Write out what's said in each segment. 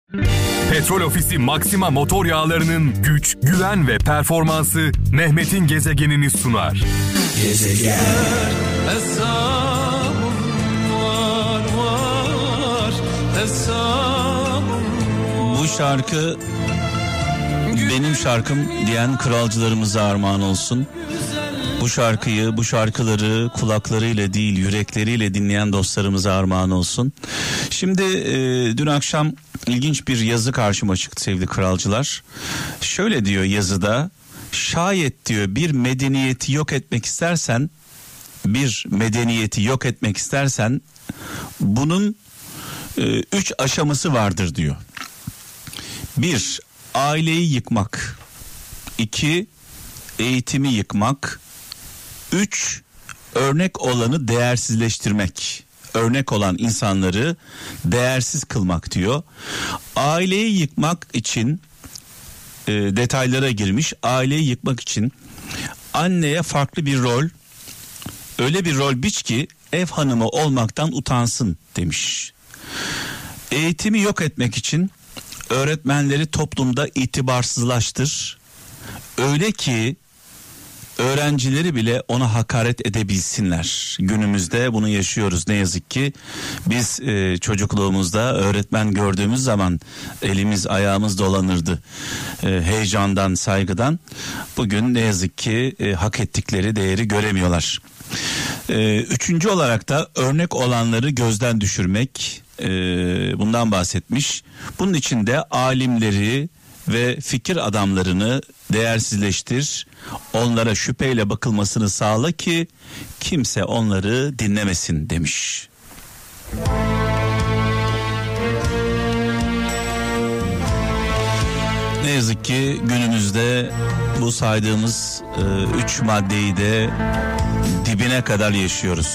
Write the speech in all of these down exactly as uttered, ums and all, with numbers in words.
Petrol Ofisi Maxima motor yağlarının güç, güven ve performansı Mehmet'in gezegenini sunar. Gezegen. Bu şarkı benim şarkım diyen kralcılarımıza armağan olsun. Bu şarkıyı, bu şarkıları kulaklarıyla değil yürekleriyle dinleyen dostlarımıza armağan olsun. Şimdi e, dün akşam ilginç bir yazı karşıma çıktı sevgili kralcılar. Şöyle diyor yazıda, şayet diyor bir medeniyeti yok etmek istersen, bir medeniyeti yok etmek istersen bunun e, üç aşaması vardır diyor. Bir, aileyi yıkmak. İki, eğitimi yıkmak. Üç, örnek olanı değersizleştirmek. Örnek olan insanları değersiz kılmak diyor. Aileyi yıkmak için e, detaylara girmiş. Aileyi yıkmak için anneye farklı bir rol, öyle bir rol biç ki ev hanımı olmaktan utansın demiş. Eğitimi yok etmek için öğretmenleri toplumda itibarsızlaştır. Öyle ki öğrencileri bile ona hakaret edebilsinler. Günümüzde bunu yaşıyoruz ne yazık ki. Biz e, çocukluğumuzda öğretmen gördüğümüz zaman elimiz ayağımız dolanırdı. E, heyecandan, saygıdan. Bugün ne yazık ki e, hak ettikleri değeri göremiyorlar. E, üçüncü olarak da örnek olanları gözden düşürmek. E, bundan bahsetmiş. Bunun için de alimleri ve fikir adamlarını değersizleştir. Onlara şüpheyle bakılmasını sağla ki kimse onları dinlemesin demiş. Ne yazık ki günümüzde bu saydığımız e, üç maddeyi de dibine kadar yaşıyoruz.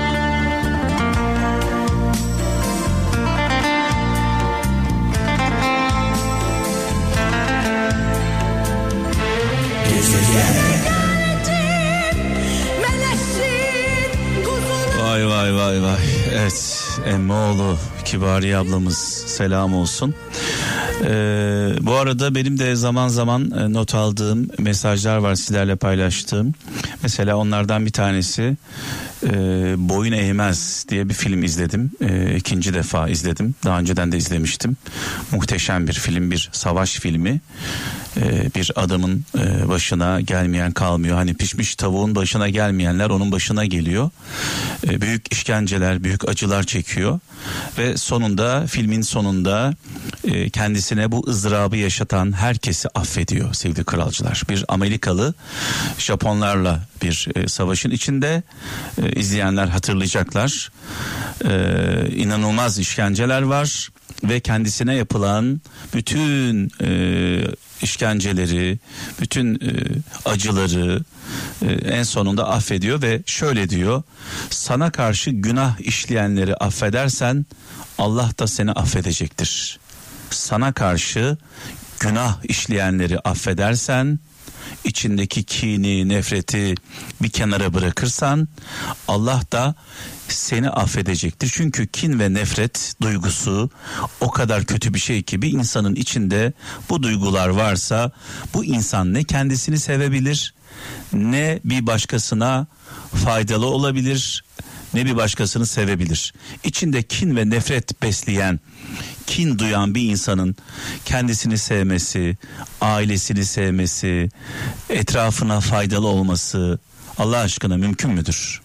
Vay vay vay vay. Evet, Emmoğlu Kibariye ablamız selam olsun. Ee, bu arada benim de zaman zaman not aldığım mesajlar var, sizlerle paylaştığım. Mesela onlardan bir tanesi e, Boyun Eğmez diye bir film izledim. E, ikinci defa izledim. Daha önceden de izlemiştim. Muhteşem bir film, bir savaş filmi. E, bir adamın e, başına gelmeyen kalmıyor. Hani pişmiş tavuğun başına gelmeyenler onun başına geliyor. E, büyük işkenceler, büyük acılar çekiyor. Ve sonunda, filmin sonunda e, kendisine bu ızdırabı yaşatan herkesi affediyor sevgili kralcılar. Bir Amerikalı Japonlarla bir e, savaşın içinde, e, izleyenler hatırlayacaklar. E, inanılmaz işkenceler var ve kendisine yapılan bütün e, işkenceleri, bütün e, acıları e, en sonunda affediyor ve şöyle diyor: sana karşı günah işleyenleri affedersen Allah da seni affedecektir. Sana karşı günah işleyenleri affedersen, içindeki kini, nefreti bir kenara bırakırsan Allah da seni affedecektir. Çünkü kin ve nefret duygusu o kadar kötü bir şey ki bir insanın içinde bu duygular varsa bu insan ne kendisini sevebilir, ne bir başkasına faydalı olabilir, ne bir başkasını sevebilir. İçinde kin ve nefret besleyen, kin duyan bir insanın kendisini sevmesi, ailesini sevmesi, etrafına faydalı olması Allah aşkına mümkün müdür?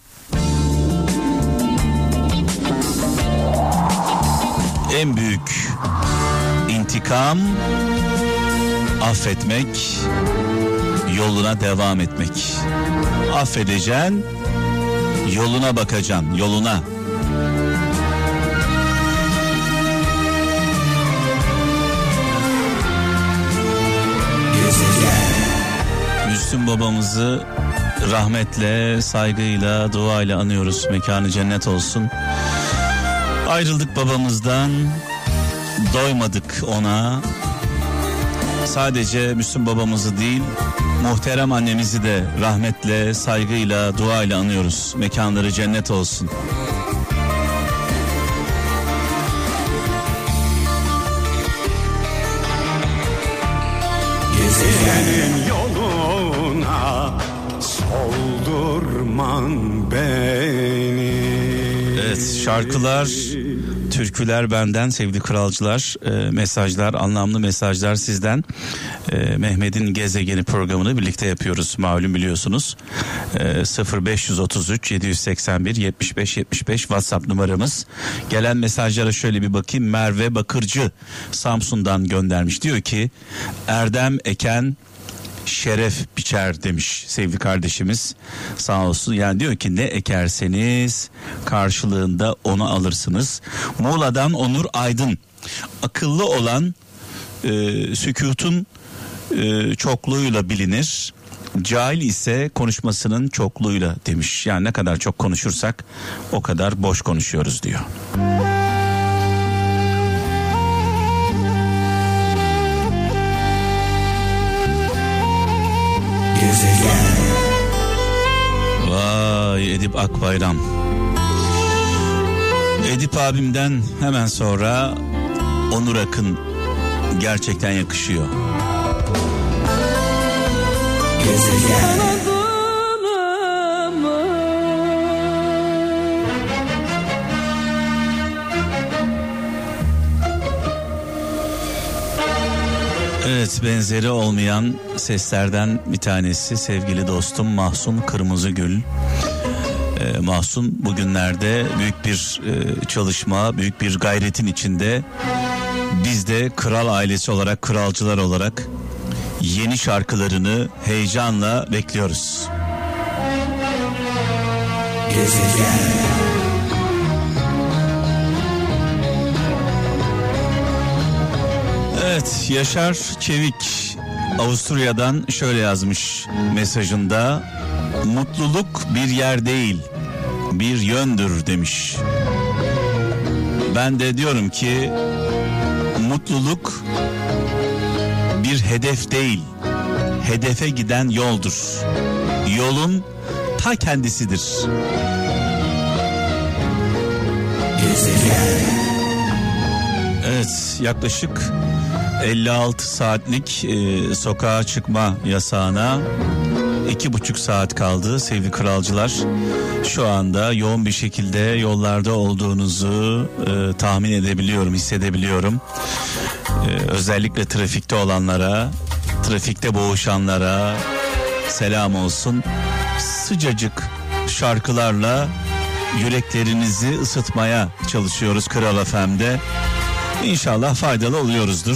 En büyük intikam affetmek, yoluna devam etmek. Affedeceksin, yoluna bakacaksın, yoluna. Müslüm babamızı rahmetle, saygıyla, duayla anıyoruz. Mekanı cennet olsun. Ayrıldık babamızdan, doymadık ona. Sadece Müslüm babamızı değil, muhterem annemizi de rahmetle, saygıyla, duayla anıyoruz. Mekanları cennet olsun. senin yoluna soldurman beni. Evet, şarkılar, türküler benden sevgili kralcılar, e, mesajlar, anlamlı mesajlar sizden. E, Mehmet'in Gezegeni programını birlikte yapıyoruz, malum biliyorsunuz. E, sıfır beş otuz üç yedi seksen bir yetmiş beş yetmiş beş WhatsApp numaramız. Gelen mesajlara şöyle bir bakayım. Merve Bakırcı Samsun'dan göndermiş, diyor ki Erdem Eken şeref biçer demiş sevgili kardeşimiz, sağ olsun. Yani diyor ki ne ekerseniz karşılığında onu alırsınız. Muğla'dan Onur Aydın, akıllı olan e, sükutun e, çokluğuyla bilinir, cahil ise konuşmasının çokluğuyla demiş. Yani ne kadar çok konuşursak o kadar boş konuşuyoruz diyor. Gezegen. Vay Edip Akbayram. Edip abimden hemen sonra Onur Akın gerçekten yakışıyor. Gezegen. Evet, benzeri olmayan seslerden bir tanesi sevgili dostum Mahsun Kırmızıgül. Ee, Mahsun bugünlerde büyük bir e, çalışma, büyük bir gayretin içinde. Biz de kral ailesi olarak, kralcılar olarak yeni şarkılarını heyecanla bekliyoruz. Gezegen. Evet, Yaşar Çevik Avusturya'dan şöyle yazmış mesajında: mutluluk bir yer değil, bir yöndür demiş. Ben de diyorum ki mutluluk bir hedef değil, hedefe giden yoldur. Yolun ta kendisidir. Gezegen. Evet, yaklaşık elli altı saatlik e, sokağa çıkma yasağına iki buçuk saat kaldı sevgili kralcılar. Şu anda yoğun bir şekilde yollarda olduğunuzu e, tahmin edebiliyorum, hissedebiliyorum. E, özellikle trafikte olanlara, trafikte boğuşanlara selam olsun. Sıcacık şarkılarla yüreklerinizi ısıtmaya çalışıyoruz Kral F M'de. İnşallah faydalı oluyoruzdur.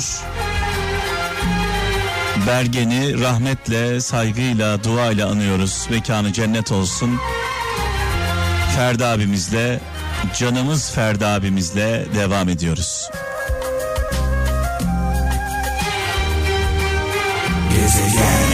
Bergen'i rahmetle, saygıyla, duayla anıyoruz. Mekanı cennet olsun. Ferdi abimizle, canımız Ferdi abimizle devam ediyoruz. Gezegen.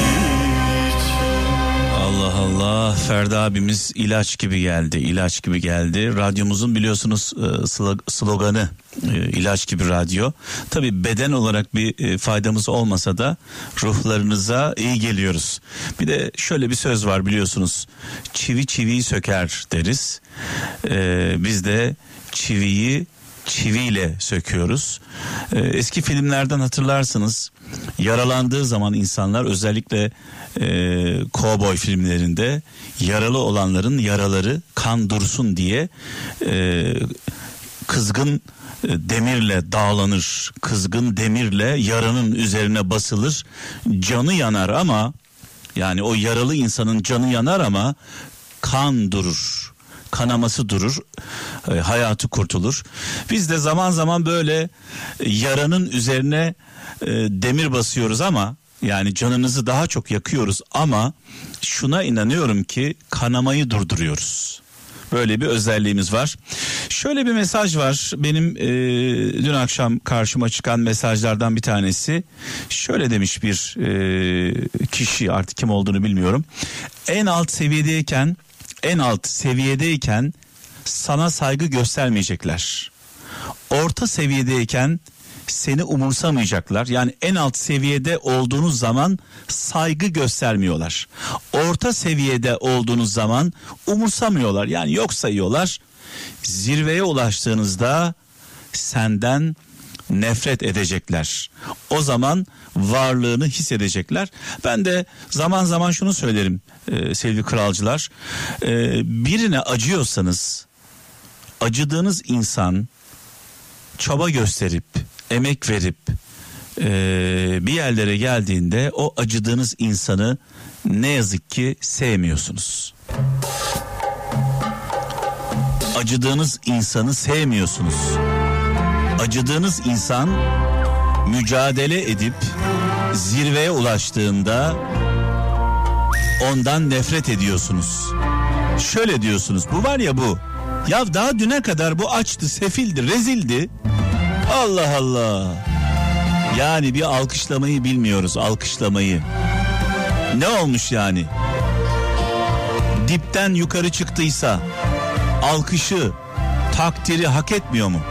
Allah Allah, Ferdi abimiz ilaç gibi geldi, ilaç gibi geldi. Radyomuzun biliyorsunuz sloganı ilaç gibi radyo. Tabii beden olarak bir faydamız olmasa da ruhlarınıza iyi geliyoruz. Bir de şöyle bir söz var biliyorsunuz, çivi çiviyi söker deriz. Ee, biz de çiviyi çiviyle söküyoruz. Ee, eski filmlerden hatırlarsınız, yaralandığı zaman insanlar, özellikle e, kovboy filmlerinde yaralı olanların yaraları kan dursun diye e, kızgın demirle dağlanır, kızgın demirle yaranın üzerine basılır, canı yanar ama, yani o yaralı insanın canı yanar ama kan durur, kanaması durur, e, hayatı kurtulur. Biz de zaman zaman böyle yaranın üzerine e, demir basıyoruz ama, yani canınızı daha çok yakıyoruz ama şuna inanıyorum ki kanamayı durduruyoruz. Böyle bir özelliğimiz var. Şöyle bir mesaj var. Benim e, dün akşam karşıma çıkan mesajlardan bir tanesi. Şöyle demiş bir e, kişi, artık kim olduğunu bilmiyorum. En alt seviyedeyken, en alt seviyedeyken sana saygı göstermeyecekler. Orta seviyedeyken seni umursamayacaklar. Yani en alt seviyede olduğunuz zaman saygı göstermiyorlar. Orta seviyede olduğunuz zaman umursamıyorlar. Yani yok sayıyorlar. Zirveye ulaştığınızda senden nefret edecekler. O zaman varlığını hissedecekler. Ben de zaman zaman şunu söylerim e, sevgili kralcılar. E, birine acıyorsanız, acıdığınız insan çaba gösterip, emek verip e, bir yerlere geldiğinde o acıdığınız insanı ne yazık ki sevmiyorsunuz. Acıdığınız insanı sevmiyorsunuz. Acıdığınız insan mücadele edip zirveye ulaştığında ondan nefret ediyorsunuz. Şöyle diyorsunuz, bu var ya bu. Ya daha düne kadar bu açtı, sefildi, rezildi. Allah Allah. Yani bir alkışlamayı bilmiyoruz, alkışlamayı. Ne olmuş yani? Dipten yukarı çıktıysa alkışı, takdiri hak etmiyor mu?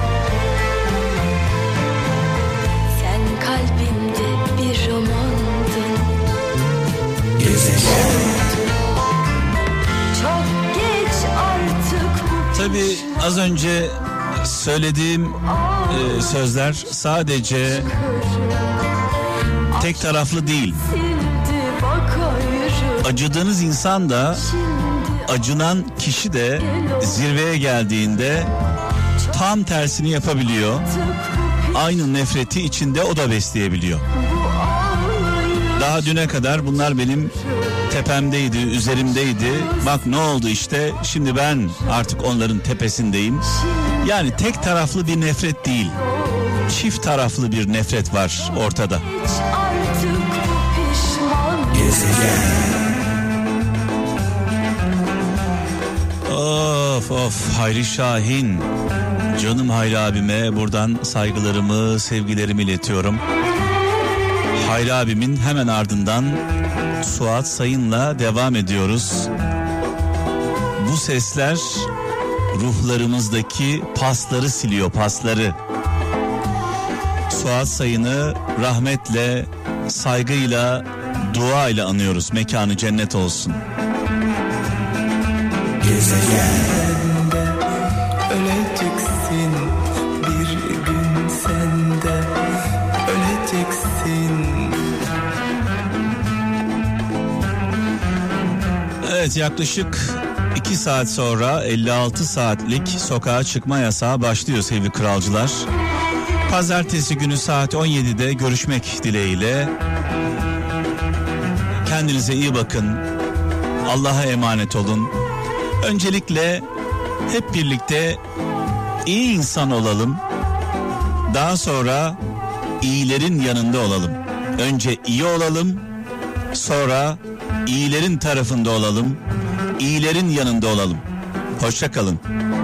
Sen kalbimde bir romandın. Gezegen. Çok geç artık bu. Tabii az önce söylediğim e, sözler sadece tek taraflı değil. Acıdığınız insan da, acınan kişi de zirveye geldiğinde tam tersini yapabiliyor. Aynı nefreti içinde o da besleyebiliyor. Daha düne kadar bunlar benim tepemdeydi, üzerimdeydi. Bak ne oldu işte, şimdi ben artık onların tepesindeyim. Yani tek taraflı bir nefret değil, çift taraflı bir nefret var ortada. Gezegen. Of of, Hayri Şahin, canım Hayri abime buradan saygılarımı, sevgilerimi iletiyorum. Hayri abimin hemen ardından Suat Sayın'la devam ediyoruz. Bu sesler ruhlarımızdaki pasları siliyor, pasları. Suat Sayın'ı rahmetle, saygıyla, duayla anıyoruz. Mekanı cennet olsun. Gezegen. Öleceksin bir gün sen de, öleceksin. Evet, yaklaşık iki saat sonra elli altı saatlik sokağa çıkma yasağı başlıyor sevgili kralcılar. Pazartesi günü saat on yedide görüşmek dileğiyle. Kendinize iyi bakın. Allah'a emanet olun. Öncelikle hep birlikte iyi insan olalım. Daha sonra iyilerin yanında olalım. Önce iyi olalım, sonra iyilerin tarafında olalım, iyilerin yanında olalım. Hoşça kalın.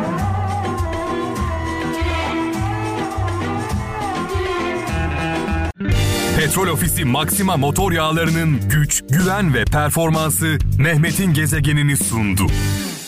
Petrol Ofisi Maxima motor yağlarının güç, güven ve performansı Mehmet'in gezegenini sundu.